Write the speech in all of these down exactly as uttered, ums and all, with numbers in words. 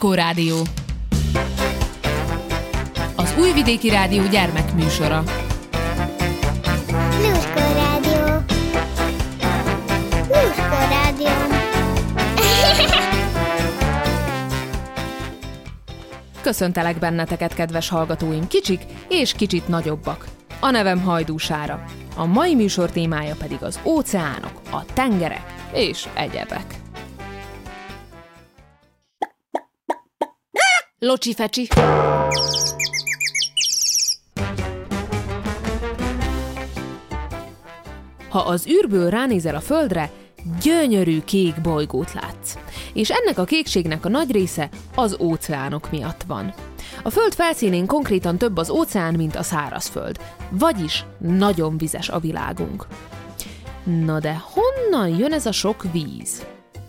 Lluskó Rádió. Az Újvidéki Rádió gyermekműsora. Lluskó Rádió. Lluskó Rádió. Köszöntelek benneteket, kedves hallgatóim, kicsik és kicsit nagyobbak. A nevem Hajdú Sára. A mai műsor témája pedig az óceánok, a tengerek és egyebek. Locsi-fecsi! Ha az űrből ránézel a földre, gyönyörű kék bolygót látsz. És ennek a kékségnek a nagy része az óceánok miatt van. A föld felszínén konkrétan több az óceán, mint a szárazföld. Vagyis nagyon vizes a világunk. Na de honnan jön ez a sok víz?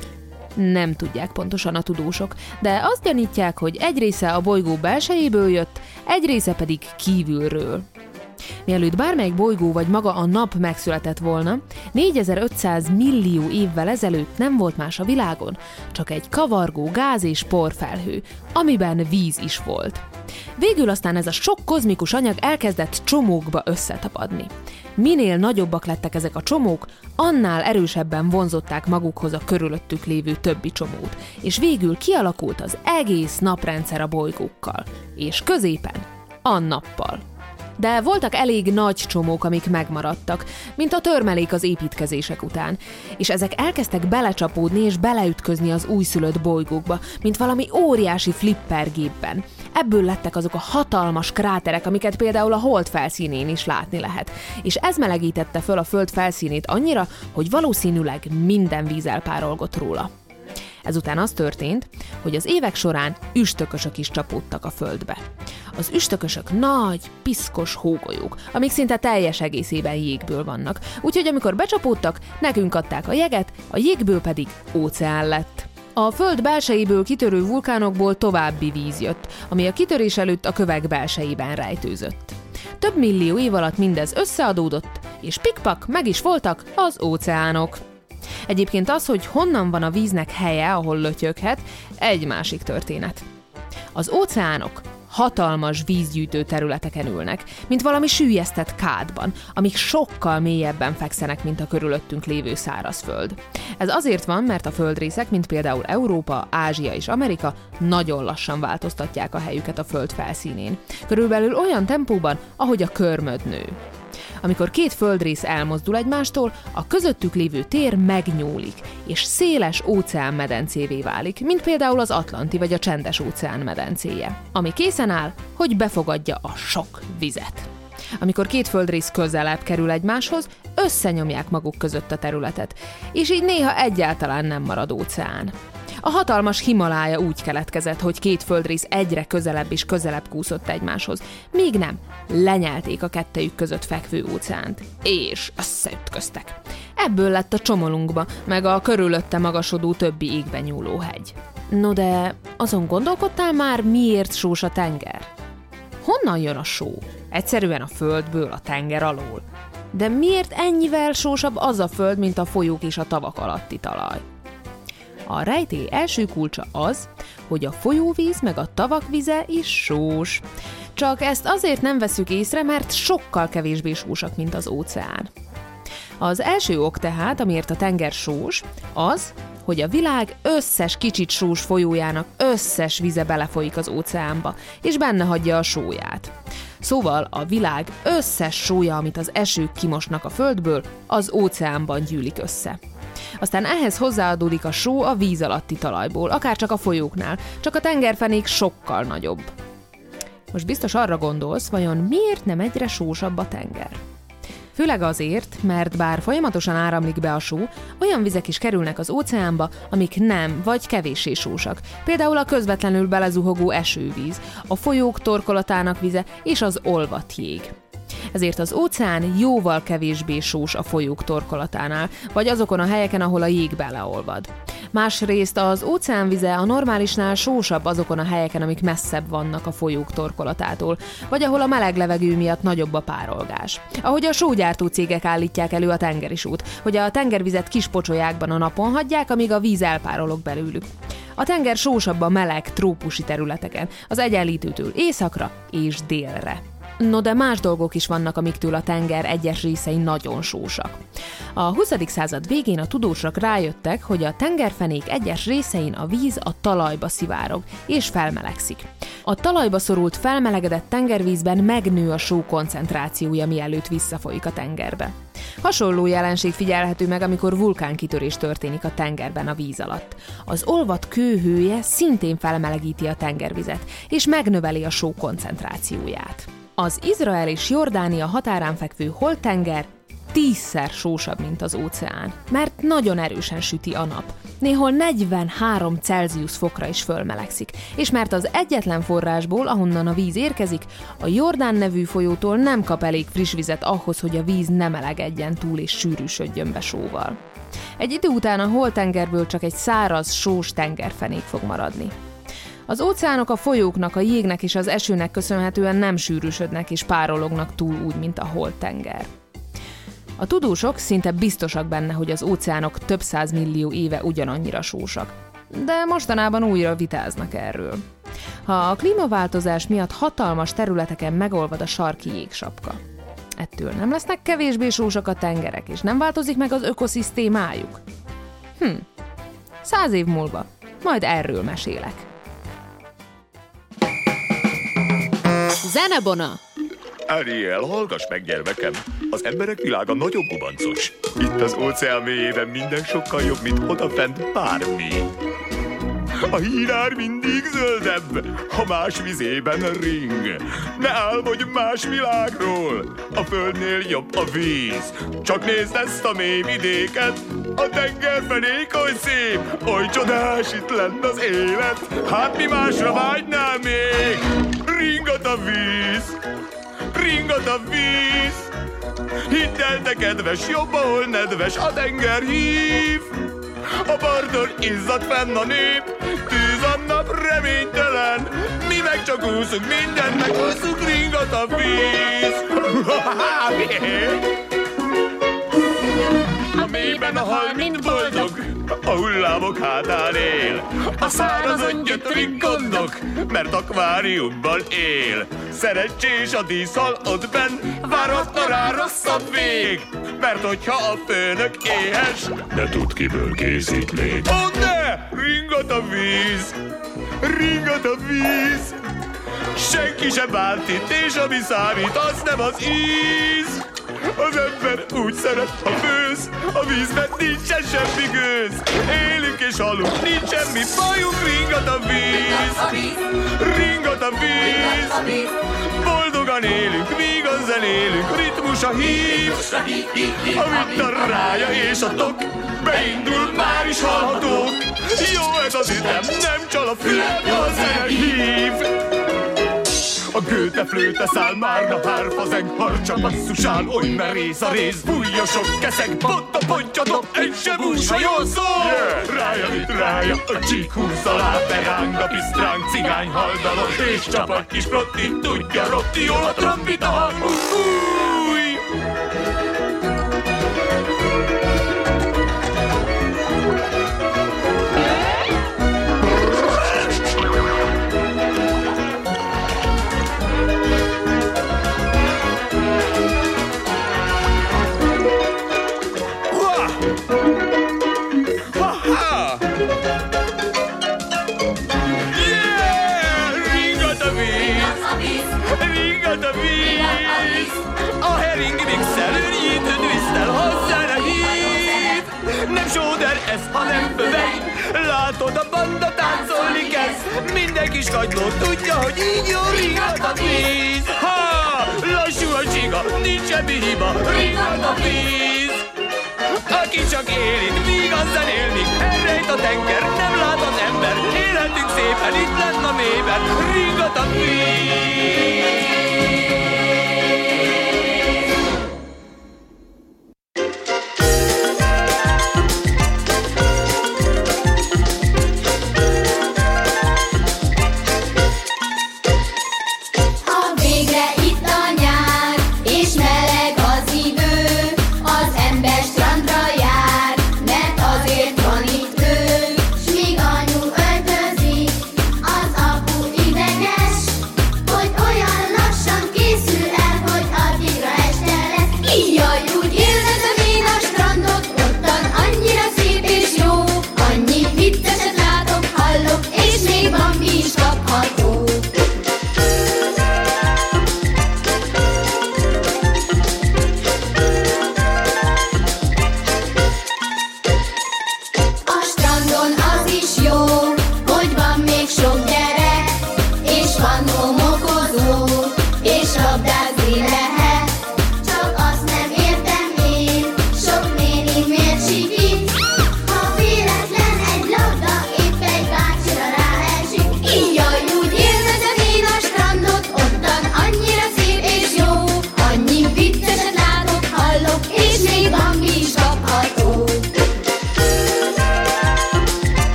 Nem tudják pontosan a tudósok, de azt gyanítják, hogy egy része a bolygó belsejéből jött, egy része pedig kívülről. Mielőtt bármelyik bolygó vagy maga a nap megszületett volna, négyezer-ötszáz millió évvel ezelőtt nem volt más a világon, csak egy kavargó gáz- és porfelhő, amiben víz is volt. Végül aztán ez a sok kozmikus anyag elkezdett csomókba összetapadni. Minél nagyobbak lettek ezek a csomók, annál erősebben vonzották magukhoz a körülöttük lévő többi csomót, és végül kialakult az egész naprendszer a bolygókkal, és középen a nappal. De voltak elég nagy csomók, amik megmaradtak, mint a törmelék az építkezések után, és ezek elkezdtek belecsapódni és beleütközni az újszülött bolygókba, mint valami óriási flippergépben. Ebből lettek azok a hatalmas kráterek, amiket például a hold felszínén is látni lehet, és ez melegítette föl a föld felszínét annyira, hogy valószínűleg minden víz elpárolgott róla. Ezután az történt, hogy az évek során üstökösök is csapódtak a földbe. Az üstökösök nagy, piszkos hógolyók, amik szinte teljes egészében jégből vannak, úgyhogy amikor becsapódtak, nekünk adták a jeget, a jégből pedig óceán lett. A föld belsejéből kitörő vulkánokból további víz jött, ami a kitörés előtt a kövek belsejében rejtőzött. Több millió év alatt mindez összeadódott, és pikpak meg is voltak az óceánok. Egyébként az, hogy honnan van a víznek helye, ahol lötyöghet, egy másik történet. Az óceánok hatalmas vízgyűjtő területeken ülnek, mint valami süllyesztett kádban, amik sokkal mélyebben fekszenek, mint a körülöttünk lévő szárazföld. Ez azért van, mert a földrészek, mint például Európa, Ázsia és Amerika nagyon lassan változtatják a helyüket a föld felszínén. Körülbelül olyan tempóban, ahogy a körmöd nő. Amikor két földrész elmozdul egymástól, a közöttük lévő tér megnyúlik, és széles óceánmedencévé válik, mint például az Atlanti vagy a Csendes-óceán medencéje, ami készen áll, hogy befogadja a sok vizet. Amikor két földrész közelebb kerül egymáshoz, összenyomják maguk között a területet, és így néha egyáltalán nem marad óceán. A hatalmas Himalája úgy keletkezett, hogy két földrész egyre közelebb és közelebb kúszott egymáshoz, míg nem lenyelték a kettejük között fekvő óceánt, és összeütköztek. Ebből lett a Csomolunkba, meg a körülötte magasodó többi égben nyúló hegy. No de azon gondolkodtál már, miért sós a tenger? Honnan jön a só? Egyszerűen a földből, a tenger alól. De miért ennyivel sósabb az a föld, mint a folyók és a tavak alatti talaj? A rejtély első kulcsa az, hogy a folyóvíz meg a tavak vize is sós. Csak ezt azért nem veszük észre, mert sokkal kevésbé sósak, mint az óceán. Az első ok tehát, amiért a tenger sós, az, hogy a világ összes kicsit sós folyójának összes vize belefolyik az óceánba, és benne hagyja a sóját. Szóval a világ összes sója, amit az esők kimosnak a földből, az óceánban gyűlik össze. Aztán ehhez hozzáadódik a só a víz alatti talajból, akár csak a folyóknál, csak a tengerfenék sokkal nagyobb. Most biztos arra gondolsz, vajon miért nem egyre sósabb a tenger? Főleg azért, mert bár folyamatosan áramlik be a só, olyan vizek is kerülnek az óceánba, amik nem vagy kevéssé sósak. Például a közvetlenül belezuhogó esővíz, a folyók torkolatának vize és az olvadt jég. Ezért az óceán jóval kevésbé sós a folyók torkolatánál, vagy azokon a helyeken, ahol a jég beleolvad. Másrészt az óceánvize a normálisnál sósabb azokon a helyeken, amik messzebb vannak a folyók torkolatától, vagy ahol a meleg levegő miatt nagyobb a párolgás. Ahogy a sógyártó cégek állítják elő a tengeri sót, hogy a tengervizet kis pocsolyákban a napon hagyják, amíg a víz elpárolog belőlük. A tenger sósabb a meleg, trópusi területeken, az Egyenlítőtől északra és délre. No de más dolgok is vannak, amiktől a tenger egyes részei nagyon sósak. A huszadik század végén a tudósok rájöttek, hogy a tengerfenék egyes részein a víz a talajba szivárog és felmelegszik. A talajba szorult felmelegedett tengervízben megnő a só koncentrációja, mielőtt visszafolyik a tengerbe. Hasonló jelenség figyelhető meg, amikor vulkánkitörés történik a tengerben a víz alatt. Az olvadt kő hője szintén felmelegíti a tengervizet, és megnöveli a só koncentrációját. Az Izrael és Jordánia határán fekvő Holt-tenger tízszer sósabb, mint az óceán, mert nagyon erősen süti a nap. Néhol negyvenhárom Celsius fokra is fölmelegszik, és mert az egyetlen forrásból, ahonnan a víz érkezik, a Jordán nevű folyótól nem kap elég friss vizet ahhoz, hogy a víz ne melegedjen túl és sűrűsödjön be sóval. Egy idő után a Holt-tengerből csak egy száraz, sós tengerfenék fog maradni. Az óceánok a folyóknak, a jégnek és az esőnek köszönhetően nem sűrűsödnek és párolognak túl úgy, mint a Holt-tenger. A tudósok szinte biztosak benne, hogy az óceánok több százmillió éve ugyanannyira sósak, de mostanában újra vitáznak erről. Ha a klímaváltozás miatt hatalmas területeken megolvad a sarki jégsapka, ettől nem lesznek kevésbé sósak a tengerek, és nem változik meg az ökoszisztémájuk? Hm, száz év múlva majd erről mesélek. Zenebona! Ariel, hallgass meg, gyermekem! Az emberek világa nagyon gubancos. Itt az óceán mélyében minden sokkal jobb, mint odafent bármi. A hírár mindig zöldebb, ha más vizében ring. Ne álmodj más világról, a földnél jobb a víz. Csak nézd ezt a mély vidéket, a tengerfenék oly szép, oly csodás itt lenne az élet. Hát mi másra vágynál még? Ringat a víz, ringat a víz. Hidd el, te kedves, jobb, ahol nedves, a tenger hív. A parton izzad fenn a nép, tűz a nap reménytelen. Mi meg csak úszunk, mindent megúszunk, ringat a víz. A mélyben a hal mind boldog, a hullámok hátán él. A szárazon gyött rikkondok, mert akváriumban él. Szerencsés a díszhal ott benn, várhatna rá rosszabb vég. Mert hogyha a főnök éhes, ne tud kiből készít még. Ó ne! Ringat a víz! Ringat a víz! Senki sem bánt itt, és ami számít, az nem az íz. Az ember úgy szeret, ha főz, a vízben nincsen semmi gőz. Élünk és halunk, nincs semmi bajunk, ringat a víz. Ringat a víz. Boldogan élünk, míg a zenélünk, ritmus a hív. A vittarája és a tok, beindul, már is hallhatók. Jó ez az ütem, nem csal a fülem, a zene hív. A gőte flőte szál, már a hárfa zeng, harcsa basszusán, oly merész a rész, bújja sok keszeg, pont a pontjatok, egy sem ús, ha jól szól! Yeah! Rája, mit rája, a csík húz alá, beráng a pisztránk, cigány haldalon, és csapat kis protti, tudja ropti, jól a trombita hang, új! A hering mixel, ügyítő twisztel, hozzá a hív. Nem sóder ez, hanem böveg. Látod, a banda táncolni kezd. Minden kis kagyló tudja, hogy így jó, ringat a víz. Ha, lassú a csiga, nincs semmi hiba, ringat a víz. Aki csak élik, míg az zenél, míg elrejt a tenger, nem lát az ember. Életünk szépen itt lenn a mélyben, ringat a víz. Strandra jár, mert azért van itt ő, s míg anyu öltözött.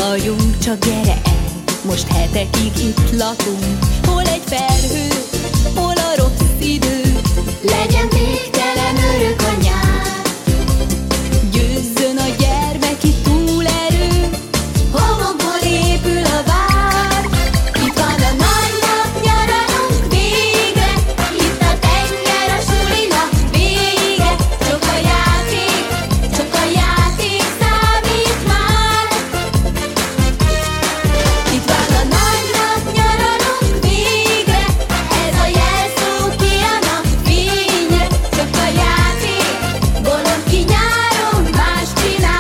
vagyunk, csak gyere el, most hetekig itt lakunk. Hol egy felhő, hol a rossz idő, Legyen végtelen örök a nyár. győzzön a gyermeki túlerő, Homokból épül a vár. Itt van a nagy nap, nyaralunk végre. Itt a tenger, a sulinak vége. Csak a játék, csak a játék számít már. Itt van a nagy nap, nyaralunk végre. Ez a jelszó ki a nap fényre. Csak a játék, bolond ki nyáron más csinál.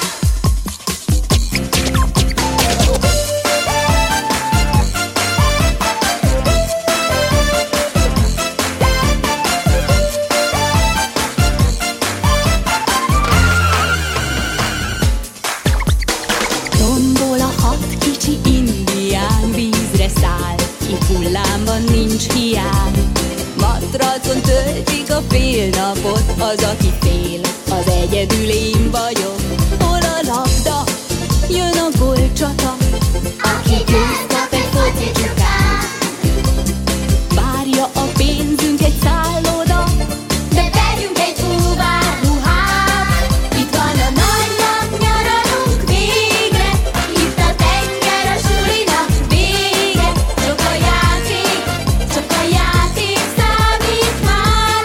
tombol a hat kicsi indián, vízre száll, itt hullámban nincs hiány. Matracon töltik a fél napot, az, aki fél, az egyedül én vagyok. Hol a labda, jön a gólcsata, Aki győz, kap egy focicsukát. várja a pénzünk egy szálloda, De vegyünk egy úvár ruhát. Itt van a nagy nap, nyaralunk végre. Itt a tenger, a sulinak vége. Csak a játék, csak a játék számít már.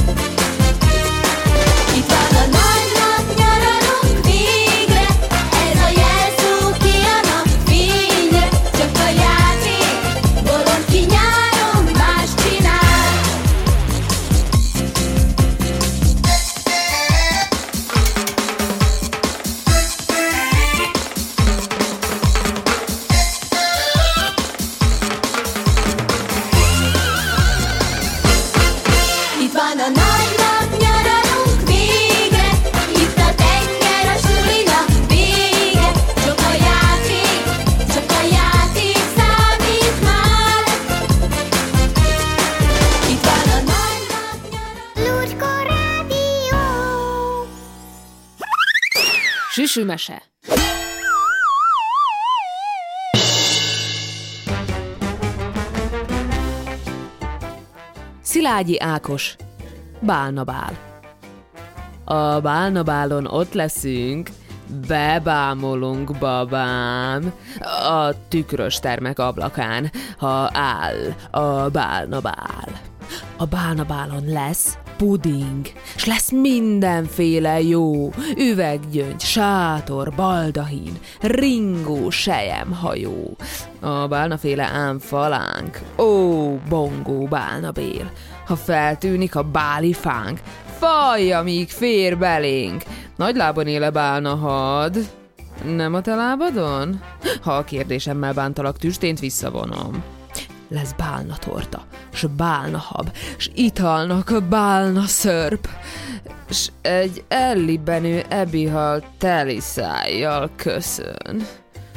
Itt van a nagy nap, nyaralunk végre. Ez a jelszó ki a nap fényre. Csak a játék, bolond ki nyáron más csinál. Itt van a nagy nap, nyaralunk végre. Itt a tenger, a sulinak vége. Csak a játék, csak a játék számít már. Itt van a nagy nap, nyaralunk. Lucska Rádió. Süsümese. Szilágyi Ákos, Bálnabál. A Bálnabálon ott leszünk, bebámolunk, babám, a tükrös termek ablakán, ha áll a Bálnabál. A Bálnabálon lesz puding, s lesz mindenféle jó, üveggyöngy, sátor, baldahin, ringó, selyemhajó. A bálnaféle ámfalánk, ó, bongó bálnabél. Ha feltűnik a bálifánk, fajja, míg fér belénk. Nagy lábon éle bálnahad. Nem a te lábadon? Ha a kérdésemmel bántalak, tüstént visszavonom. Lesz bálnatorta, s bálnahab, s italnak bálna szörp, s egy ellibbenő ebihal teli szájjal köszön.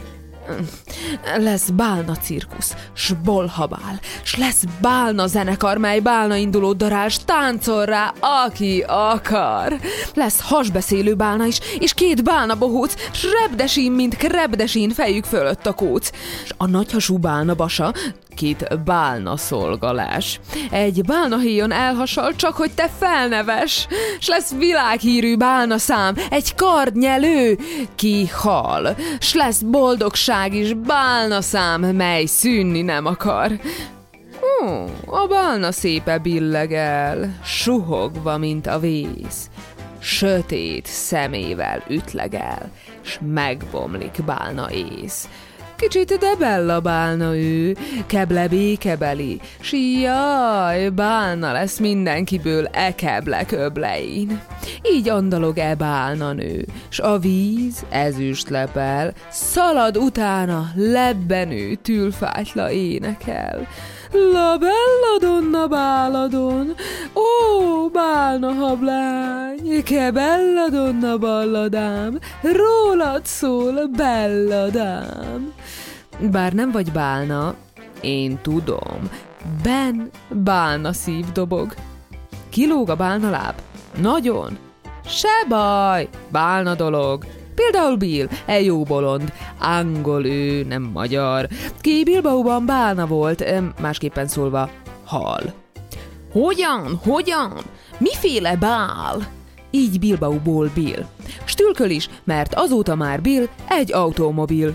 Lesz bálna cirkusz, s bolhabál, s lesz bálna zenekar, mely bálna induló darál, s táncol rá, aki akar. Lesz hasbeszélő bálna is, és két bálna bohóc, s repdesin, mint krebdesin fejük fölött a kóc. S a nagyhasú bálna basa, két bálna szolgalás. Egy bálna híjon elhasal, csak hogy te felneves, s lesz világhírű bálna szám, egy kardnyelő, ki hal, s lesz boldogság is bálna szám, mely szűnni nem akar. Ó, a bálna szépe billegel, suhogva, mint a víz, sötét szemével ütlegel, s megbomlik bálna ész. Kicsit debella bálna ő, keble békebeli, s jaj, bálna lesz mindenkiből e keble köblein. Így andalog e bálna nő, s a víz ezüst lepel, szalad utána lebbenő tülfátyla énekel. La bella donna báladon, ó, bálna hablány, ke bella donna balladám, rólad szól belladám. Bár nem vagy bálna, én tudom, benn bálna szív dobog. Kilóg a bálna láb? Nagyon? Se baj, bálna dolog. Például Bill, egy jó bolond, angol ő, nem magyar, ki Bilbaóban bálna volt, másképpen szólva hal. Hogyan, hogyan? Miféle bál? Így Bilbaóból Bill. Stülköl is, mert azóta már Bill egy automobil.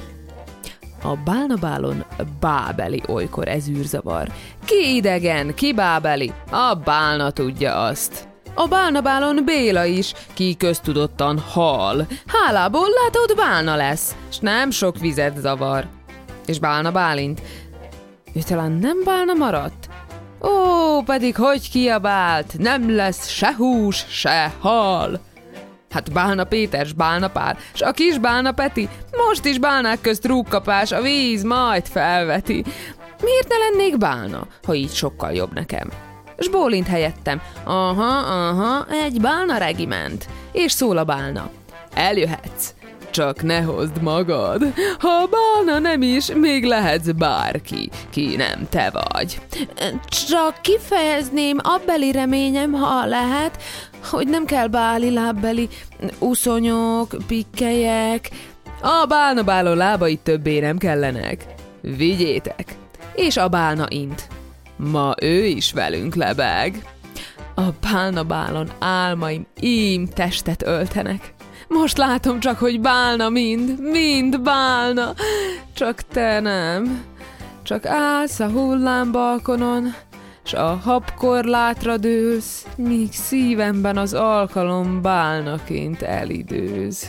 A bálnabálon bábeli olykor ez űrzavar. Ki idegen, ki bábeli? A bálna tudja azt. A bálnabálon Béla is, ki köztudottan hal. Hálából látod, bálna lesz, s nem sok vizet zavar. És Bálna Bálint? Ő talán nem bálna maradt? Ó, pedig hogy kiabált, nem lesz se hús, se hal. Hát Bálna Péter, s Bálna Pál, s a kis Bálna Peti, most is bálnák közt rúgkapás, a víz majd felveti. Miért ne lennék bálna, ha így sokkal jobb nekem? S bólint helyettem. Aha, aha, egy bálna regiment. És szól a bálna. Eljöhetsz, csak ne hozd magad. Ha a bálna nem is, még lehetsz bárki, ki nem te vagy. Csak kifejezném abbeli reményem, ha lehet, hogy nem kell báli lábbeli uszonyok, pikkelyek. A bálnabálon lábai többé nem kellenek. Vigyétek. És a bálna int. Ma ő is velünk lebeg. A bálnabálon álmaim ím testet öltenek. Most látom csak, hogy bálna mind, mind bálna. Csak te nem. Csak állsz a hullámbalkonon, s a habkorlátra dőlsz, míg szívemben az alkalom bálnaként elidőz.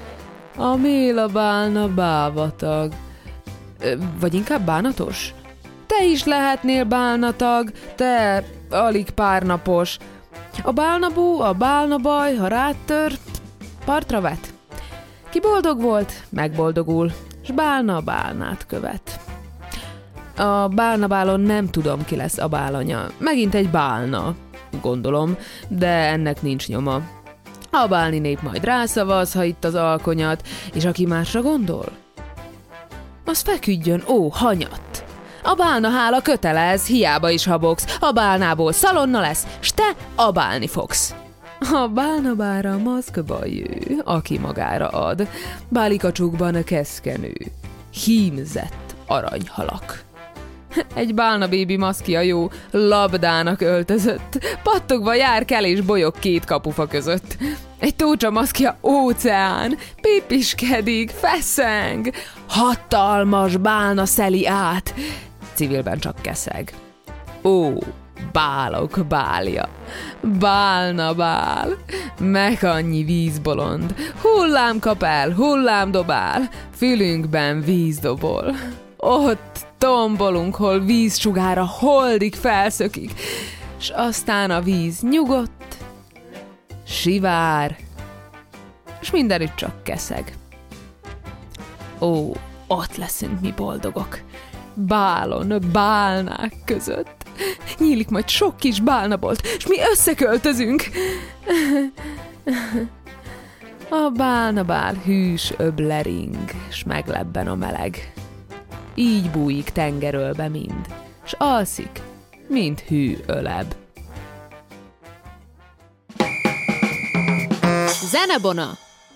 A méla bálna bávatag. Vagy inkább bánatos? Te is lehetnél bálnatag, te alig párnapos. A bálnabú, a bálnabaj, ha rád tör, partra vet. Ki boldog volt, megboldogul, s bálna a bálnát követ. A bálnabálon nem tudom, ki lesz a bálanya. Megint egy bálna, gondolom, de ennek nincs nyoma. A bálni nép majd rászavaz, ha itt az alkonyat, és aki másra gondol, az feküdjön, ó, hanyat. A bálna hála kötelez, hiába is habogsz, a bálnából szalonna lesz, s te abálni fogsz. A bálnabára maszkba jő, aki magára ad, bálikacsukban a keszkenő, hímzett aranyhalak. Egy bálna bébi maszkja jó, labdának öltözött, pattogva jár kel és bolyog két kapufa között. Egy tócsa maszkja óceán, pipiskedik, feszeng, hatalmas bálna szeli át, civilben csak keszeg. Ó, bálok bálja, bálna bál, meg annyi vízbolond, hullám kap el, hullám dobál, fülünkben víz dobol. Ott tombolunk, hol vízsugára holdig felszökik, s aztán a víz nyugodt, sivár, s mindenütt csak keszeg. Ó, ott leszünk mi boldogok, bálon, bálnák között. Nyílik majd sok kis bálnabolt, s mi összeköltözünk. A bálnabál hűs öblering, s meglebben a meleg. Így bújik tengerölbe mind, s alszik, mint hű öleb. Zenebona!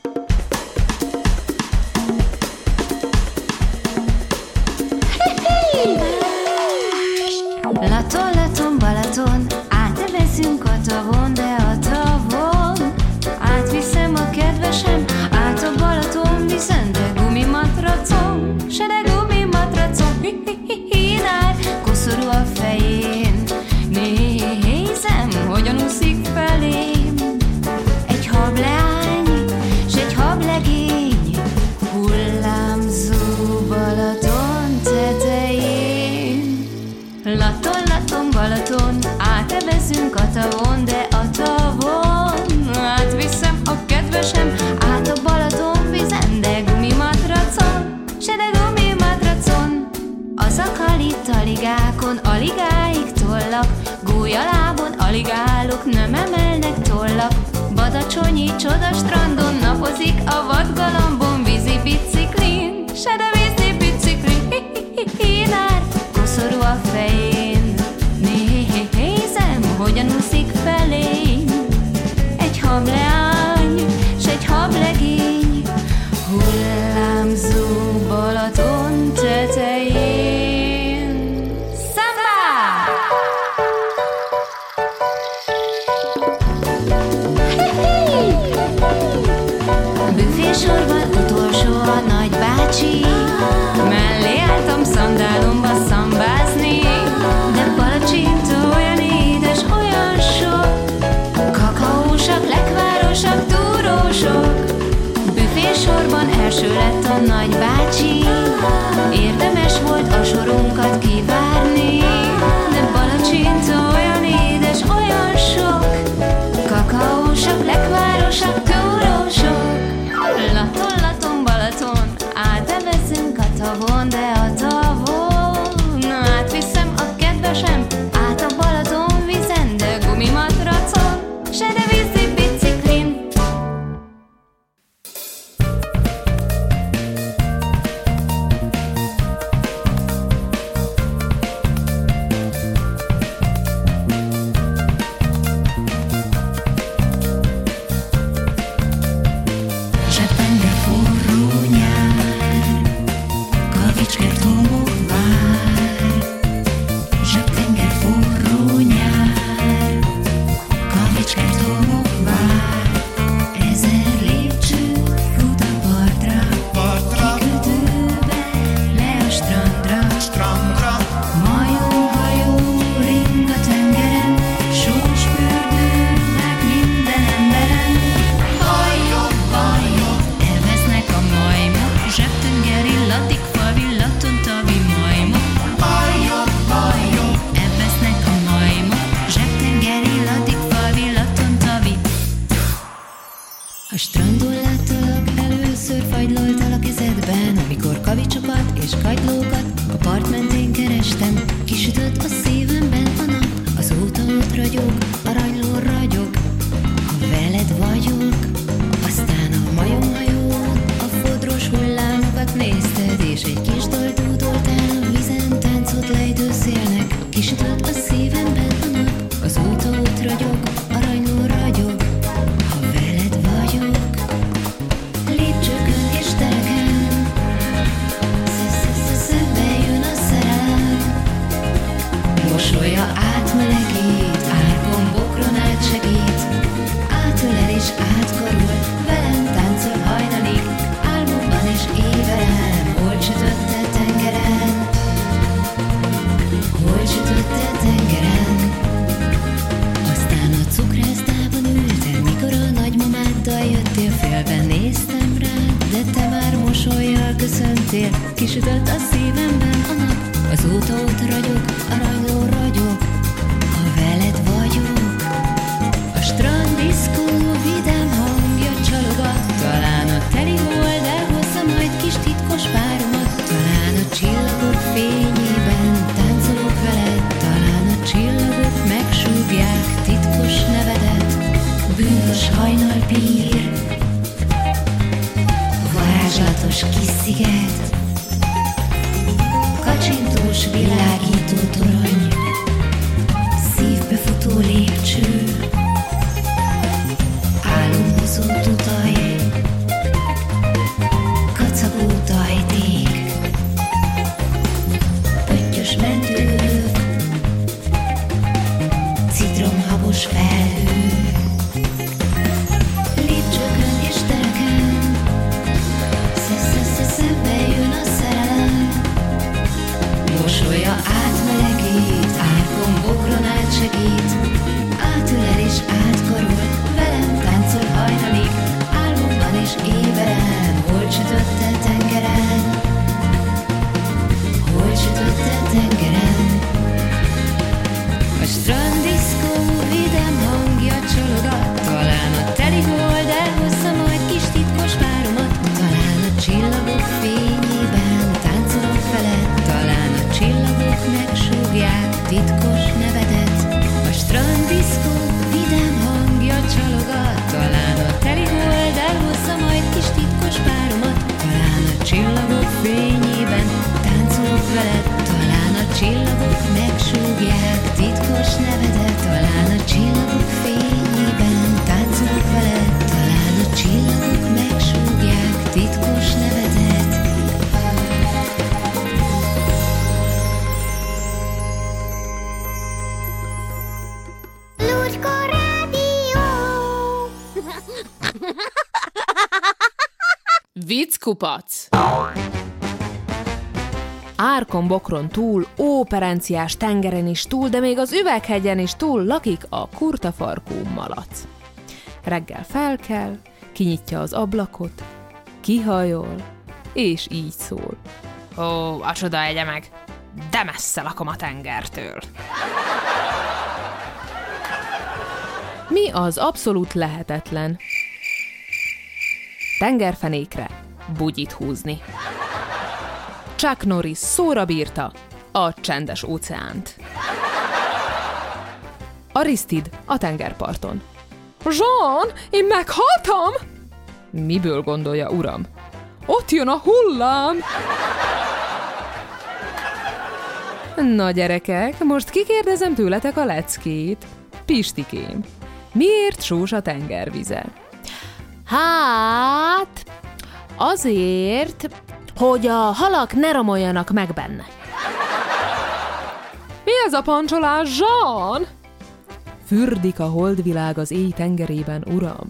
Laton, Laton, Balaton, átevezünk a tavon, de a tavon átviszem a kedvesem, át a Balaton viszont, de gumimatracom, se de gumimatracom, hi-hi-hi-hi-nár, koszorú a fején, nézem, hogyan úszik felém. Egy hableány, s egy hablegény, hullámzó Balaton tetején. Laton, Laton, Balaton, átevezünk a tavon, de a tavon átviszem a kedvesem, át a Balaton vizen, de gumimatracon, se de gumimatracon. Az akali taligákon aligáig tollak, gólyalábon aligálok, nem emelnek tollak. Badacsonyi csoda strandon napozik, a vadgalambon vízi biciklin, se de vízi biciklin, hi-hi-hi-hi-nár, koszorú a fején, nézem, hogyan úszik felém. Egy hableány, s egy hablegény, bácsi, érdemes volt a sorunkat kivárni, de palacsinta olyan édes, olyan sok, kakaósak, lekvárosak, túrósok. Laton, Laton, Balaton, áteveszünk a tavon, de a tavon átviszem a kedvesem, át a Balaton vízen, de gumimatracon, se de vízi biciklin. Zsebembe forró nyár, kavicskert homok vár. Zsebtenger forró nyár, kavicskert homok vár. Ezer lépcső fut a partra, kikötőbe, le a strandra. Majomhajó ring a tengeren, sós fürdő meg minden emberen. Bajok, bajok, elvesznek a majmok, zsebtenger illatik, favillaton tavi majmok. Bajok, bajok, elvesznek a majmok, zsebtenger illatik, favillaton tavi. A strandon láttalak, először fagyloltal a kezedben, amikor kavicsokat és kagylókat a part mentén kerestem. Kisütött a szívemben a nap, azóta ott ragyog, aranyló ragyog, ha veled vagyok. Aztán a majomhajón a fodros hullámokat nézted, és egy kis dalt dúdoltál a vízen, táncot lejtő szélnek. Kisütött a szívemben a nap, azóta ott ragyog, aranyló ragyog, ha veled vagyok. Lépcsőkön és tereken szembe jön a szerelem. Mosolya átmelegít, árkombokron átsegít, átölel és átkarol, velem táncol hajnalig, álmomban és évelem. Hol sütötte tengeren, hol sütötte tengeren. Aztán a cukrászdában ültem, mikor a nagymamáddal jöttél, félben néztem rád, de te már mosollyal köszöntél. Kisütött a szívemben a nap, azóta ott ragyog, aranyló ragyog, ha veled vagyok. A stranddiszkó vidám hangja csalogat, talán a teli hold elhozza majd kis titkos páromat. Talán a csillagok fényében táncolok veled, talán a csillagok megsúgják titkos nevedet. Bűnös hajnalpír, varázslatos kis sziget, kacsintós világító torony, szívbe futó lépcső, álomhozó tutaj, kacagó tajték, pöttyös mentők, citromhabos felhő. Lépcsőkön és tereken szembe jön a szerelem. Mosolya átmelegít, árkombokron átsegít, átölel és átkarol, velem táncol hajnalig, álmomban és évelem. Hol sütötte tengeren, hol sütötte tengeren. A stranddiszkó vidám hangja csalogat, talán a teli hold elhozza majd kis titkos páromat. Talán a csillagok fényében táncolok veled, talán a csillagok megsúgják titkos nevedet. A stranddiszkó vidám hangja csalogat, talán a teli hold elhozza majd kis titkos páromat. Talán a csillagok fényében táncolok veled, talán a csillagok megsúgják titkos nevedet. Talán a csillagok fényében táncolok veled, talán a csillagok megsúgják titkos nevedet. Lucska Rádió! Vicckupac! Árkombokron túl, óperenciás tengeren is túl, de még az üveghegyen is túl lakik a kurtafarkú malac. Reggel felkel, kinyitja az ablakot, kihajol, és így szól. Ó, a csoda egye meg, de messze lakom a tengertől. Mi az abszolút lehetetlen? Tengerfenékre bugyit húzni. Chuck Norris szóra bírta a csendes óceánt. Aristide a tengerparton. Jean, én meghaltam! Miből gondolja, uram? Ott jön a hullám! Na gyerekek, most kikérdezem tőletek a leckét. Pistikém, miért sós a tengervize? Hát, azért, hogy a halak ne romoljanak meg benne. Mi ez a pancsolás, Jean? Fürdik a holdvilág az éj tengerében, uram.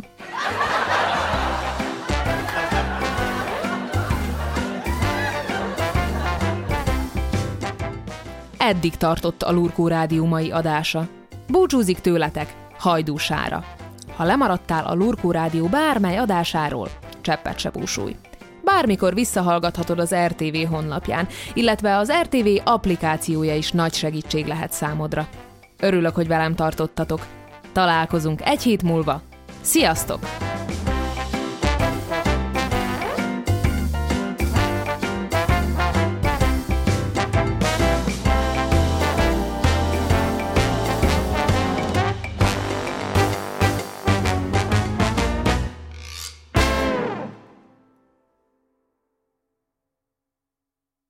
Eddig tartott a Lurkó Rádió mai adása. Búcsúzik tőletek Hajdú Sára. Ha lemaradtál a Lurkó Rádió bármely adásáról, cseppet se búsulj. Bármikor visszahallgathatod az er té vé honlapján, illetve az er té vé applikációja is nagy segítség lehet számodra. Örülök, hogy velem tartottatok. Találkozunk egy hét múlva. Sziasztok!